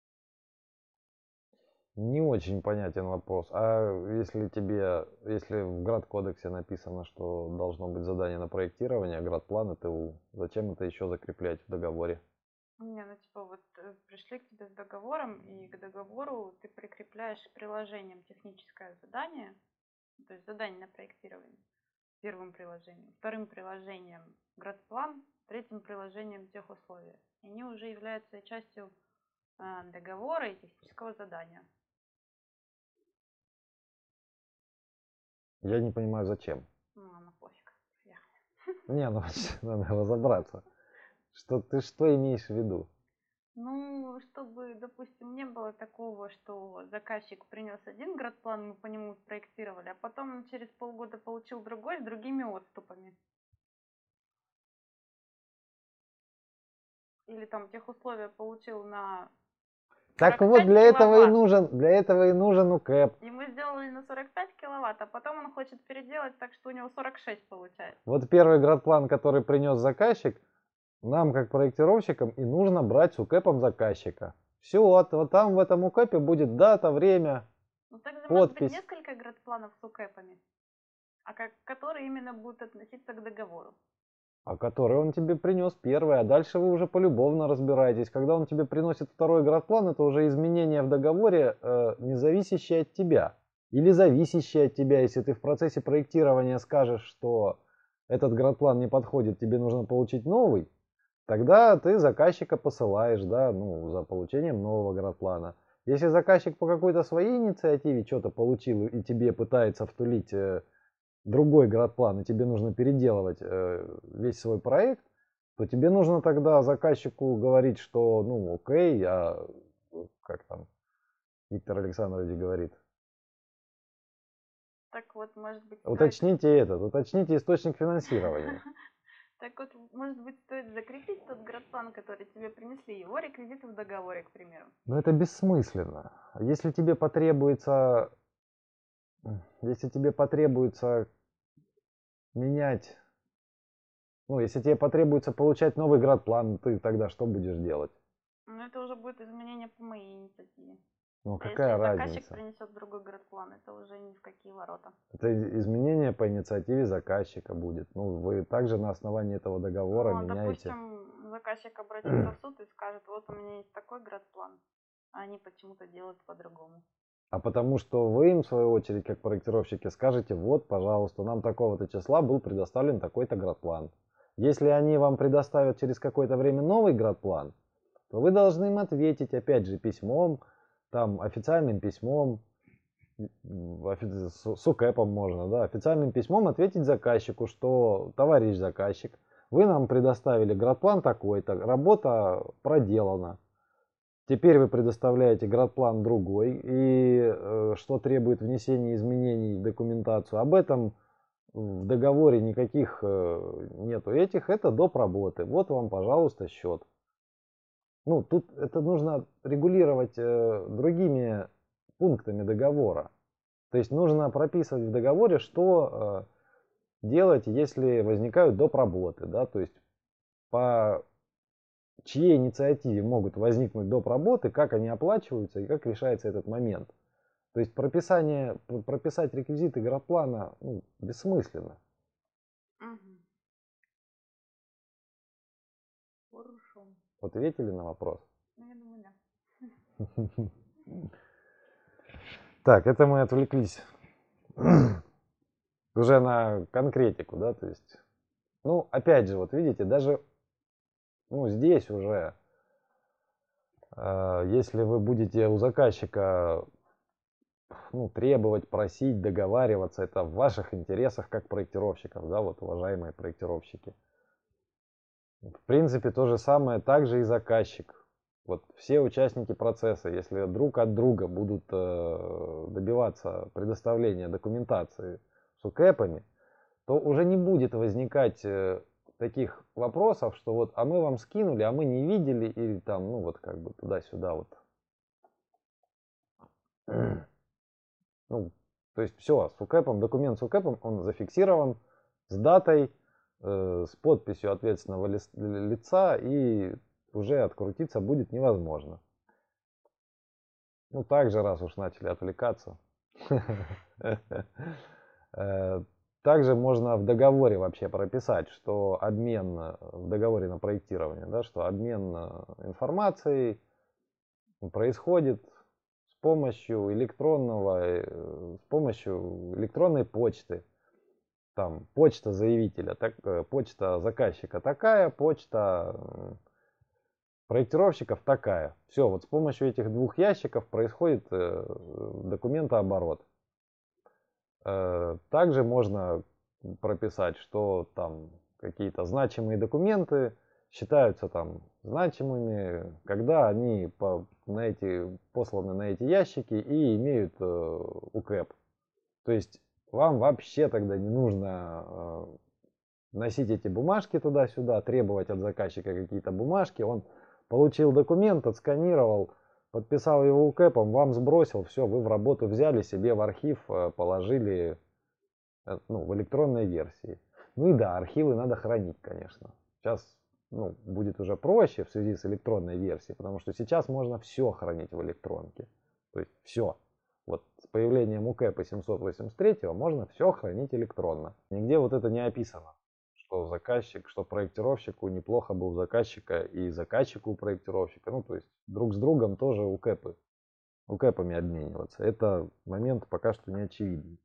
Не очень понятен вопрос. А если тебе, если в градкодексе написано, что должно быть задание на проектирование, а градплан ТУ, зачем это еще закреплять в договоре?
Не, ну типа вот пришли к тебе с договором, и к договору ты прикрепляешь приложением техническое задание, то есть задание на проектирование, первым приложением, вторым приложением градплан, третьим приложением техусловия. И они уже являются частью э, договора и технического задания.
Я не понимаю, зачем.
Ну, ладно, пофиг.
Не, ну надо разобраться. Что ты что имеешь в виду?
Ну, чтобы, допустим, не было такого, что заказчик принес один градплан, мы по нему проектировали, а потом он через полгода получил другой с другими отступами. Или там техусловия получил на
Так вот, для этого и нужен, для этого и нужен УКЭП.
И мы сделали на сорок пять киловатт, а потом он хочет переделать так, что у него сорок шесть получается.
Вот первый градплан, который принес заказчик, нам, как проектировщикам, и нужно брать с УКЭПом заказчика. Все, вот, вот там в этом УКЭПе будет дата, время,
ну, также
подпись.
Может быть несколько градпланов с УКЭПами, а как, которые именно будут относиться к договору.
А который он тебе принес первый, а дальше вы уже полюбовно разбираетесь. Когда он тебе приносит второй градплан, это уже изменения в договоре, э, не зависящие от тебя. Или зависящие от тебя, если ты в процессе проектирования скажешь, что этот градплан не подходит, тебе нужно получить новый, тогда ты заказчика посылаешь, да, ну, за получением нового градплана. Если заказчик по какой-то своей инициативе что-то получил и тебе пытается втулить э, другой градплан, и тебе нужно переделывать э, весь свой проект, то тебе нужно тогда заказчику говорить, что, ну, окей, а как там Виктор Александрович говорит?
Так вот, может быть,
уточните стоит... этот, уточните источник финансирования.
Так вот, может быть, стоит закрепить тот градплан, который тебе принесли, его реквизиты в договоре, к примеру.
Но это бессмысленно. Если тебе потребуется, если тебе потребуется менять, ну, если тебе потребуется получать новый градплан, ты тогда что будешь делать?
Ну, это уже будет изменение по моей инициативе.
Ну, какая
Если
разница?
заказчик принесет другой градплан, это уже ни в какие ворота.
Это изменение по инициативе заказчика будет. Ну, вы также на основании этого договора
ну,
меняете.
Допустим, заказчик обратится в суд и скажет, вот у меня есть такой градплан, а они почему-то делают по-другому.
А потому что вы им, в свою очередь, как проектировщики, скажете, вот, пожалуйста, нам такого-то числа был предоставлен такой-то градплан. Если они вам предоставят через какое-то время новый градплан, то вы должны им ответить, опять же, письмом, там, официальным письмом, с УКЭПом можно, да, официальным письмом ответить заказчику, что, товарищ заказчик, вы нам предоставили градплан такой-то, работа проделана. Теперь вы предоставляете градплан другой, и э, что требует внесения изменений в документацию. Об этом в договоре никаких э, нету этих, это доп. Работы. Вот вам, пожалуйста, счет. Ну, тут это нужно регулировать э, другими пунктами договора. То есть нужно прописывать в договоре, что э, делать, если возникают доп. Работы. Да? То есть по чьей инициативе могут возникнуть доп. Работы, как они оплачиваются и как решается этот момент. То есть прописание, прописать реквизиты градплана ну, бессмысленно.
Угу. Хорошо.
Ответили на вопрос?
Ну, я думаю, да.
Так, это мы отвлеклись уже на конкретику, да, то есть, ну, опять же, вот видите, даже, ну, здесь уже, э, если вы будете у заказчика, ну, требовать, просить, договариваться, это в ваших интересах как проектировщиков, да, вот, уважаемые проектировщики. В принципе, то же самое также и заказчик. Вот все участники процесса, если друг от друга будут э, добиваться предоставления документации с УКЭПами, то уже не будет возникать э, таких вопросов, что вот, а мы вам скинули, а мы не видели, или там, ну вот как бы туда-сюда вот. Ну, то есть все, с УКЭПом, документ с УКЭПом, он зафиксирован с датой, э, с подписью ответственного ли, лица, и уже открутиться будет невозможно. Ну, также, раз уж начали отвлекаться. Также можно в договоре вообще прописать, что обмен в договоре на проектирование, да, что обмен информацией происходит с помощью электронного, с помощью электронной почты. Там почта заявителя, так, почта заказчика такая, почта проектировщиков такая. Все, вот с помощью этих двух ящиков происходит документооборот. Также можно прописать, что там какие-то значимые документы считаются там значимыми, когда они по, на эти, посланы на эти ящики и имеют э, УКЭП. То есть вам вообще тогда не нужно э, носить эти бумажки туда-сюда, требовать от заказчика какие-то бумажки. Он получил документ, отсканировал, подписал его УКЭПом, вам сбросил, все, вы в работу взяли, себе в архив положили, ну, в электронной версии. Ну и да, архивы надо хранить, конечно. Сейчас, ну, будет уже проще в связи с электронной версией, потому что сейчас можно все хранить в электронке. То есть все. Вот с появлением УКЭПа семьсот восемьдесят три можно все хранить электронно. Нигде вот это не описано, что заказчик, что проектировщику неплохо бы у заказчика и заказчику у проектировщика. Ну, то есть друг с другом тоже УКЭПы, УКЭПами обмениваться. Это момент пока что не очевидный.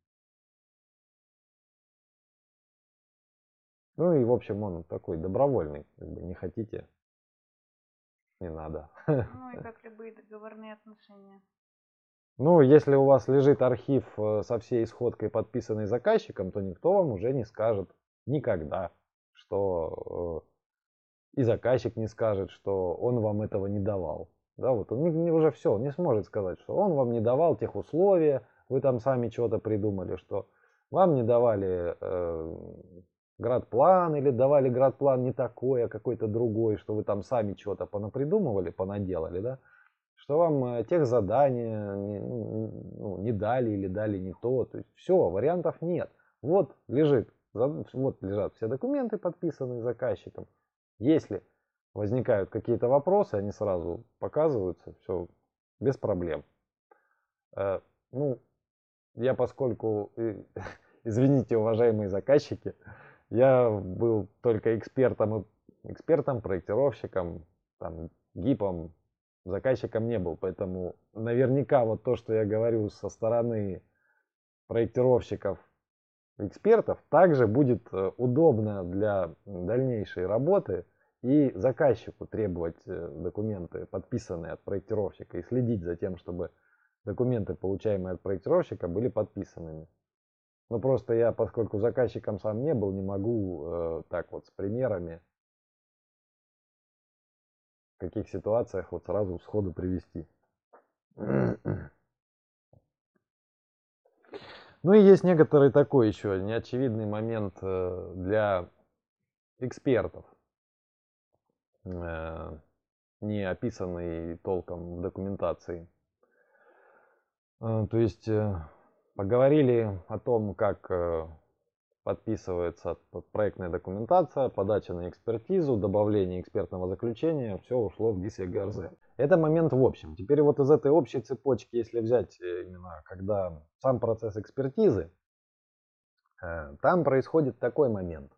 Ну и в общем он такой добровольный, как бы не хотите, не надо.
Ну и как любые договорные отношения.
Ну, если у вас лежит архив со всей исходкой, подписанный заказчиком, то никто вам уже не скажет никогда, что и заказчик не скажет, что он вам этого не давал. Да, вот он не, уже все, он не сможет сказать, что он вам не давал тех условий, вы там сами что-то придумали, что вам не давали э, градплан или давали градплан не такой, а какой-то другой, что вы там сами что-то понапридумывали, понаделали, да, что вам тех задания не, ну, не дали или дали не то, то есть все, вариантов нет. Вот лежит, вот лежат все документы, подписанные заказчиком. Если возникают какие-то вопросы, они сразу показываются, все без проблем. Э, ну, я поскольку, извините, уважаемые заказчики, я был только экспертом, экспертом, проектировщиком, там, гипом, заказчиком не был, поэтому наверняка вот то, что я говорю со стороны проектировщиков, экспертов, также будет удобно для дальнейшей работы и заказчику требовать документы, подписанные от проектировщика, и следить за тем, чтобы документы, получаемые от проектировщика, были подписанными. Ну просто я, поскольку заказчиком сам не был, не могу э, так вот с примерами, в каких ситуациях вот сразу сходу привести. Ну и есть некоторый такой еще неочевидный момент э, для экспертов, э, не описанный толком в документации. Э, то есть э, поговорили о том, как э, подписывается проектная документация, подача на экспертизу, добавление экспертного заключения, все ушло в ГИС-ЕГРЗ. Это момент в общем. Теперь вот из этой общей цепочки, если взять именно, когда сам процесс экспертизы, там происходит такой момент.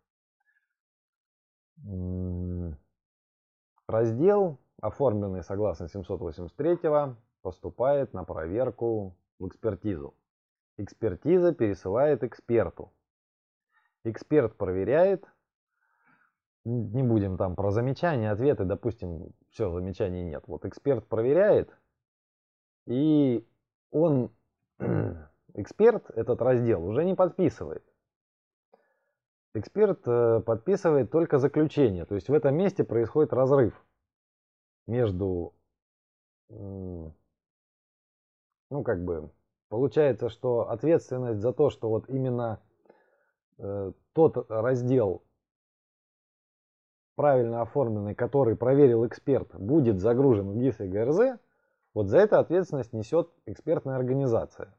Раздел, оформленный согласно семьсот восемьдесят третьего, поступает на проверку в экспертизу. Экспертиза пересылает эксперту. Эксперт проверяет, не будем там про замечания, ответы, допустим, все, замечаний нет. Вот эксперт проверяет, и он, эксперт, этот раздел уже не подписывает. Эксперт подписывает только заключение, то есть в этом месте происходит разрыв между, ну как бы, получается, что ответственность за то, что вот именно тот раздел правильно оформленный, который проверил эксперт, будет загружен в гис и гэ эр зэ, вот за это ответственность несет экспертная организация.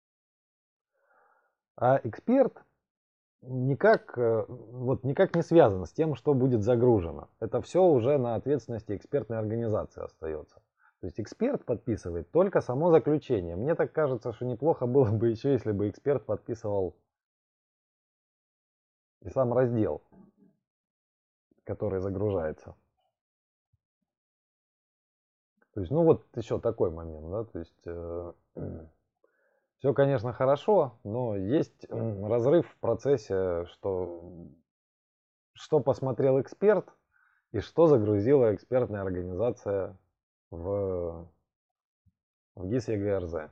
А эксперт никак, вот, никак не связан с тем, что будет загружено. Это все уже на ответственности экспертной организации остается. То есть эксперт подписывает только само заключение. Мне так кажется, что неплохо было бы еще, если бы эксперт подписывал и сам раздел, который загружается. То есть, ну вот еще такой момент, да, то есть э, все, конечно, хорошо, но есть разрыв в процессе, что, что посмотрел эксперт и что загрузила экспертная организация в, в гис и гэ эр зэ.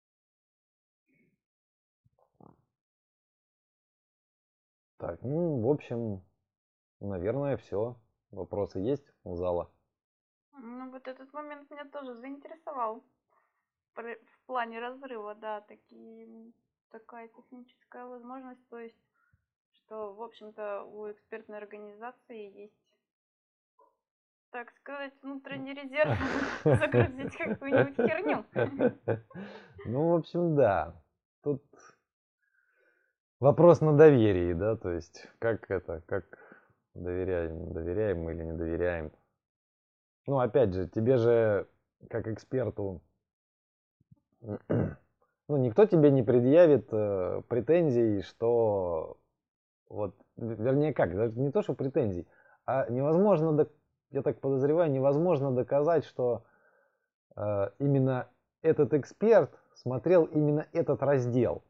Так, ну, в общем, наверное, все. Вопросы есть у зала?
Ну, вот этот момент меня тоже заинтересовал. В плане разрыва, да, такие, такая техническая возможность, то есть, что, в общем-то, у экспертной организации есть, так сказать, внутренний резерв загрузить какую-нибудь херню.
Ну, в общем, да. Тут вопрос на доверии, да, то есть, как это, как доверяем, доверяем мы или не доверяем. Ну, опять же, тебе же, как эксперту, ну, никто тебе не предъявит э, претензий, что вот, вернее, как, даже не то, что претензий, а невозможно, док- я так подозреваю, невозможно доказать, что э, именно этот эксперт смотрел именно этот раздел.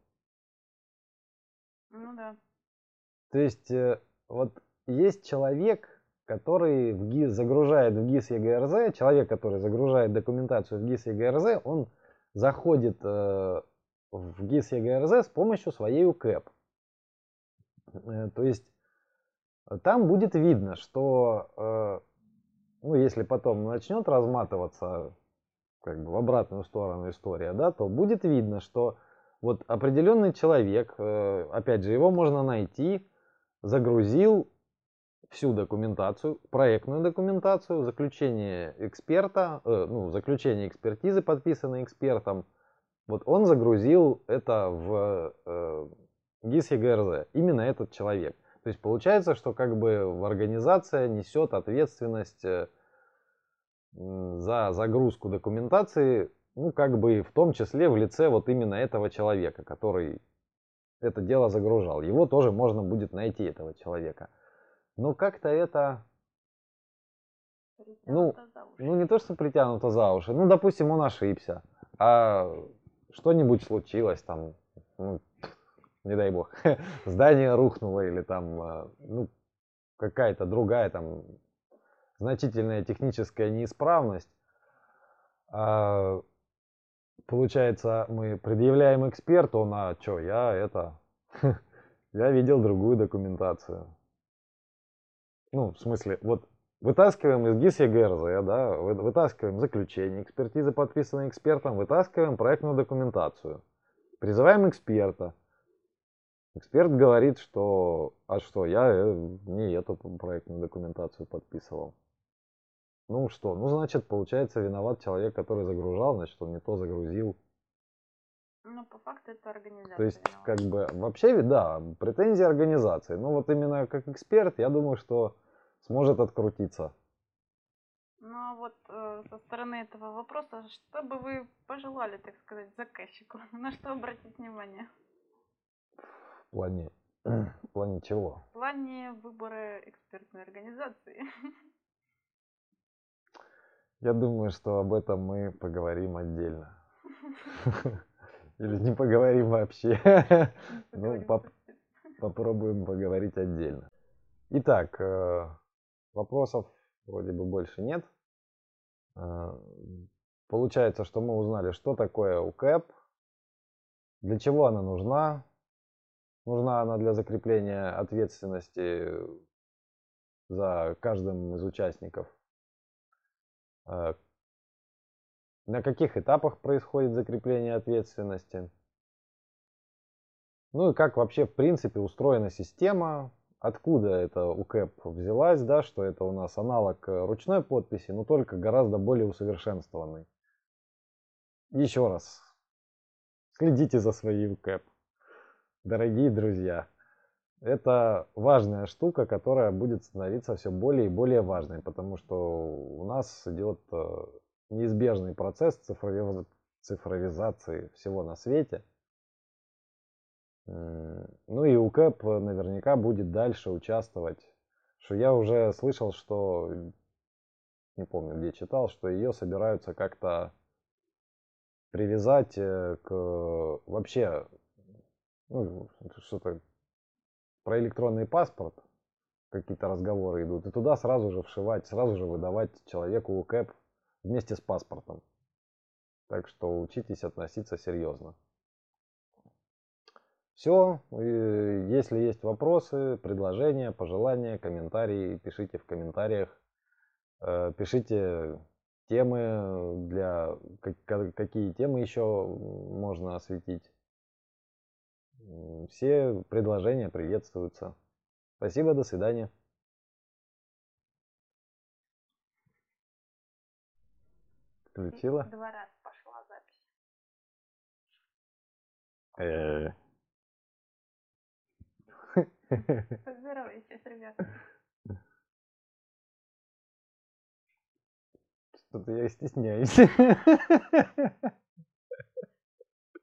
Ну да.
То есть, э, вот есть человек, который в гис, загружает в гис и гэ эр зэ, человек, который загружает документацию в гис и гэ эр зэ, он заходит э, в гис и гэ эр зэ с помощью своей ю кэп. Э, то есть там будет видно, что, э, ну, если потом начнет разматываться как бы в обратную сторону история, да, то будет видно, что вот определенный человек, э, опять же, его можно найти, загрузил всю документацию, проектную документацию, заключение эксперта, э, ну, заключение экспертизы, подписанное экспертом. Вот он загрузил это в э, гис и гэ эр зэ, именно этот человек. То есть получается, что как бы в организация несет ответственность э, за загрузку документации, ну как бы в том числе в лице вот именно этого человека, который это дело загружал. Его тоже можно будет найти, этого человека. Но как-то это, ну, ну не то, что притянуто за уши. Ну, допустим, он ошибся, а что-нибудь случилось там, ну, не дай бог, здание рухнуло или там, ну, какая-то другая там значительная техническая неисправность. А, получается, мы предъявляем эксперту, он, а что, я это, я видел другую документацию. Ну, в смысле, вот вытаскиваем из гис и гэ эр зэ, да, вытаскиваем заключение экспертизы, подписанное экспертом, вытаскиваем проектную документацию. Призываем эксперта. Эксперт говорит, что, а что, я не эту проектную документацию подписывал. Ну что, ну значит, получается, виноват человек, который загружал, значит, он не то загрузил.
Ну, по факту это организация.
То есть,
виновата.
как бы, вообще, да, претензии организации. Но вот именно как эксперт, я думаю, что сможет открутиться.
Ну, а вот э, со стороны этого вопроса, что бы вы пожелали, так сказать, заказчику? На что обратить внимание?
В плане, в плане чего?
В плане выбора экспертной организации.
Я думаю, что об этом мы поговорим отдельно. Или не поговорим вообще. Ну, попробуем поговорить отдельно. Итак, вопросов вроде бы больше нет. Получается, что мы узнали, что такое ю кэп, для чего она нужна. Нужна она для закрепления ответственности за каждым из участников. На каких этапах происходит закрепление ответственности. Ну и как вообще в принципе устроена система откуда эта УКЭП взялась, да, что это у нас аналог ручной подписи, но только гораздо более усовершенствованный. Еще раз, следите за своей УКЭП, дорогие друзья. Это важная штука, которая будет становиться все более и более важной, потому что у нас идет неизбежный процесс цифровизации всего на свете. Ну и УКЭП наверняка будет дальше участвовать. Что я уже слышал, что, не помню где читал, что ее собираются как-то привязать к вообще, ну, что-то про электронный паспорт, какие-то разговоры идут, и туда сразу же вшивать, сразу же выдавать человеку УКЭП вместе с паспортом. Так что учитесь относиться серьезно. Все, если есть вопросы, предложения, пожелания, комментарии, пишите в комментариях. Пишите темы, для какие темы еще можно осветить. Все предложения приветствуются. Спасибо, до свидания. Включила?
Два раза пошла запись.
Э-э-э.
Поздоровайтесь, ребята.
Что-то я стесняюсь.